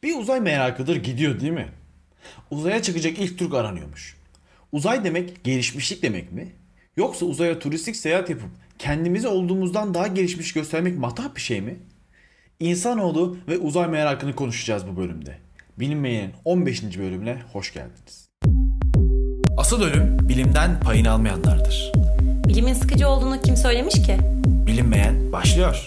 Bir uzay merakıdır gidiyor değil mi? Uzaya çıkacak ilk Türk aranıyormuş. Uzay demek gelişmişlik demek mi? Yoksa uzaya turistik seyahat yapıp kendimizi olduğumuzdan daha gelişmiş göstermek matah bir şey mi? İnsanoğlu ve uzay merakını konuşacağız bu bölümde. Bilinmeyenin 15. bölümüne hoş geldiniz. Asıl ölüm bilimden payını almayanlardır. Bilimin sıkıcı olduğunu kim söylemiş ki? Bilinmeyen başlıyor.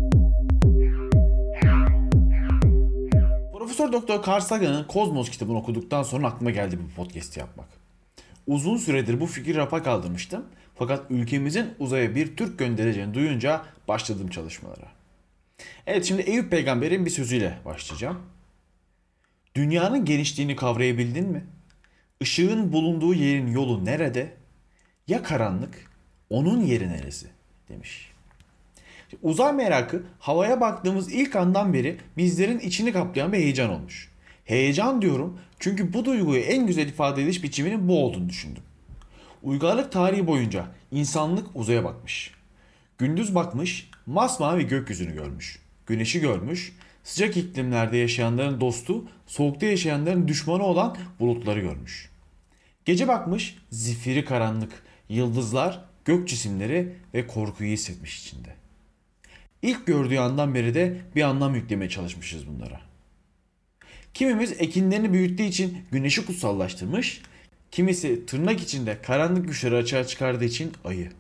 Profesör Doktor Carl Sagan'ın Kozmos kitabını okuduktan sonra aklıma geldi bu podcast yapmak. Uzun süredir bu fikri rafa kaldırmıştım. Fakat ülkemizin uzaya bir Türk göndereceğini duyunca başladım çalışmalara. Evet, şimdi Eyüp Peygamber'in bir sözüyle başlayacağım. Dünyanın genişliğini kavrayabildin mi? Işığın bulunduğu yerin yolu nerede? Ya karanlık, onun yeri neresi? Demiş. Uzay merakı havaya baktığımız ilk andan beri bizlerin içini kaplayan bir heyecan olmuş. Heyecan diyorum çünkü bu duyguyu en güzel ifade ediş biçiminin bu olduğunu düşündüm. Uygarlık tarihi boyunca insanlık uzaya bakmış. Gündüz bakmış, masmavi gökyüzünü görmüş. Güneşi görmüş, sıcak iklimlerde yaşayanların dostu, soğukta yaşayanların düşmanı olan bulutları görmüş. Gece bakmış, zifiri karanlık, yıldızlar, gök cisimleri ve korkuyu hissetmiş içinde. İlk gördüğü andan beri de bir anlam yüklemeye çalışmışız bunlara. Kimimiz ekinlerini büyüttüğü için güneşi kutsallaştırmış, kimisi tırnak içinde karanlık güçleri açığa çıkardığı için ayı.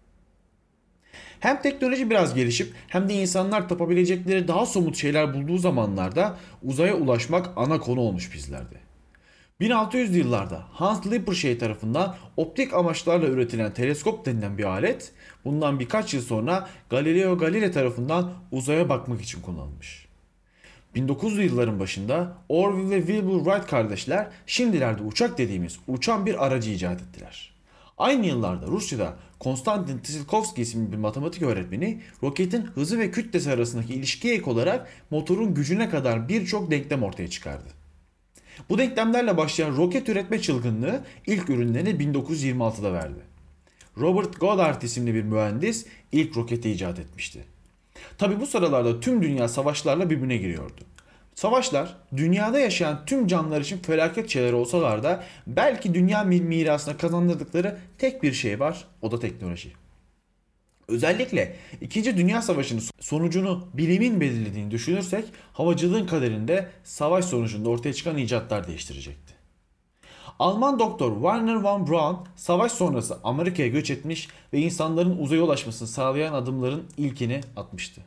Hem teknoloji biraz gelişip hem de insanlar tapabilecekleri daha somut şeyler bulduğu zamanlarda uzaya ulaşmak ana konu olmuş bizlerde. 1600'lü yıllarda Hans Lippershey tarafından optik amaçlarla üretilen teleskop denilen bir alet, bundan birkaç yıl sonra Galileo Galilei tarafından uzaya bakmak için kullanılmış. 1900'lü yılların başında Orville ve Wilbur Wright kardeşler şimdilerde uçak dediğimiz uçan bir aracı icat ettiler. Aynı yıllarda Rusya'da Konstantin Tsiolkovsky isimli bir matematik öğretmeni roketin hızı ve kütlesi arasındaki ilişkiye ek olarak motorun gücüne kadar birçok denklem ortaya çıkardı. Bu denklemlerle başlayan roket üretme çılgınlığı ilk ürünlerini 1926'da verdi. Robert Goddard isimli bir mühendis ilk roketi icat etmişti. Tabi bu sıralarda tüm dünya savaşlarla birbirine giriyordu. Savaşlar dünyada yaşayan tüm canlılar için felaket şeyler olsalar da belki dünya mirasına kazandırdıkları tek bir şey var, o da teknoloji. Özellikle 2. Dünya Savaşı'nın sonucunu bilimin belirlediğini düşünürsek havacılığın kaderinde savaş sonucunda ortaya çıkan icatlar değiştirecekti. Alman doktor Wernher von Braun savaş sonrası Amerika'ya göç etmiş ve insanların uzaya ulaşmasını sağlayan adımların ilkini atmıştı.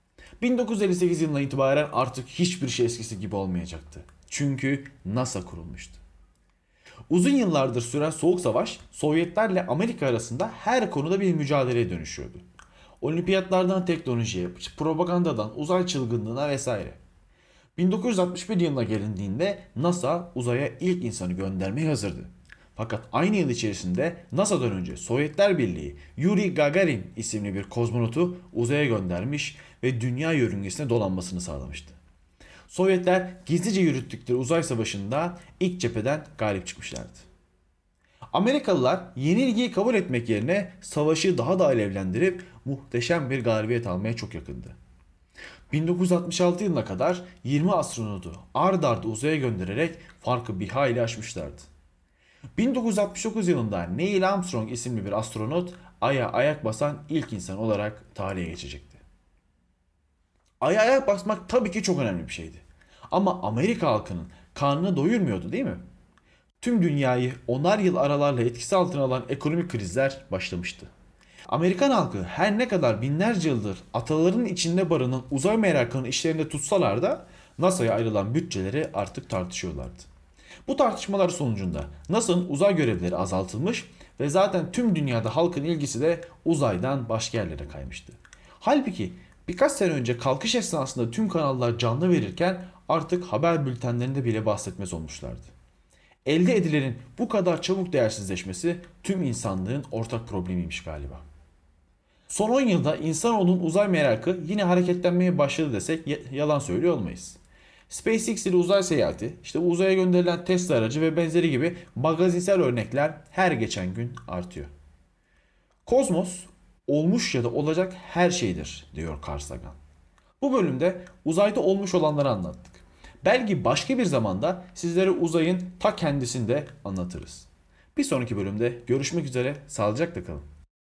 1958 yılından itibaren artık hiçbir şey eskisi gibi olmayacaktı. Çünkü NASA kurulmuştu. Uzun yıllardır süren Soğuk Savaş, Sovyetlerle Amerika arasında her konuda bir mücadeleye dönüşüyordu. Olimpiyatlardan teknolojiye, propagandadan uzay çılgınlığına vesaire. 1961 yılına gelindiğinde NASA uzaya ilk insanı göndermeye hazırdı. Fakat aynı yıl içerisinde NASA'dan önce Sovyetler Birliği Yuri Gagarin isimli bir kozmonotu uzaya göndermiş ve dünya yörüngesine dolanmasını sağlamıştı. Sovyetler gizlice yürüttükleri uzay savaşında ilk cepheden galip çıkmışlardı. Amerikalılar yenilgiyi kabul etmek yerine savaşı daha da alevlendirip muhteşem bir galibiyet almaya çok yakındı. 1966 yılına kadar 20 astronotu ard arda uzaya göndererek farkı bir hayli aşmışlardı. 1969 yılında Neil Armstrong isimli bir astronot Ay'a ayak basan ilk insan olarak tarihe geçecekti. Ay'a ayak basmak tabii ki çok önemli bir şeydi. Ama Amerika halkının karnını doyurmuyordu, değil mi? Tüm dünyayı onar yıl aralarla etkisi altına alan ekonomik krizler başlamıştı. Amerikan halkı her ne kadar binlerce yıldır atalarının içinde barınan uzay merakını işlerinde tutsalar da NASA'ya ayrılan bütçeleri artık tartışıyorlardı. Bu tartışmalar sonucunda NASA'nın uzay görevleri azaltılmış ve zaten tüm dünyada halkın ilgisi de uzaydan başka yerlere kaymıştı. Halbuki birkaç sene önce kalkış esnasında tüm kanallar canlı verirken artık haber bültenlerinde bile bahsetmez olmuşlardı. Elde edilenin bu kadar çabuk değersizleşmesi tüm insanlığın ortak problemiymiş galiba. Son 10 yılda insanoğlunun uzay merakı yine hareketlenmeye başladı desek yalan söylüyor olmayız. SpaceX ile uzay seyahati, işte uzaya gönderilen Tesla aracı ve benzeri gibi magazinsel örnekler her geçen gün artıyor. Kozmos, olmuş ya da olacak her şeydir diyor Carl Sagan. Bu bölümde uzayda olmuş olanları anlattık. Belki başka bir zamanda sizlere uzayın ta kendisini de anlatırız. Bir sonraki bölümde görüşmek üzere, sağlıcakla kalın.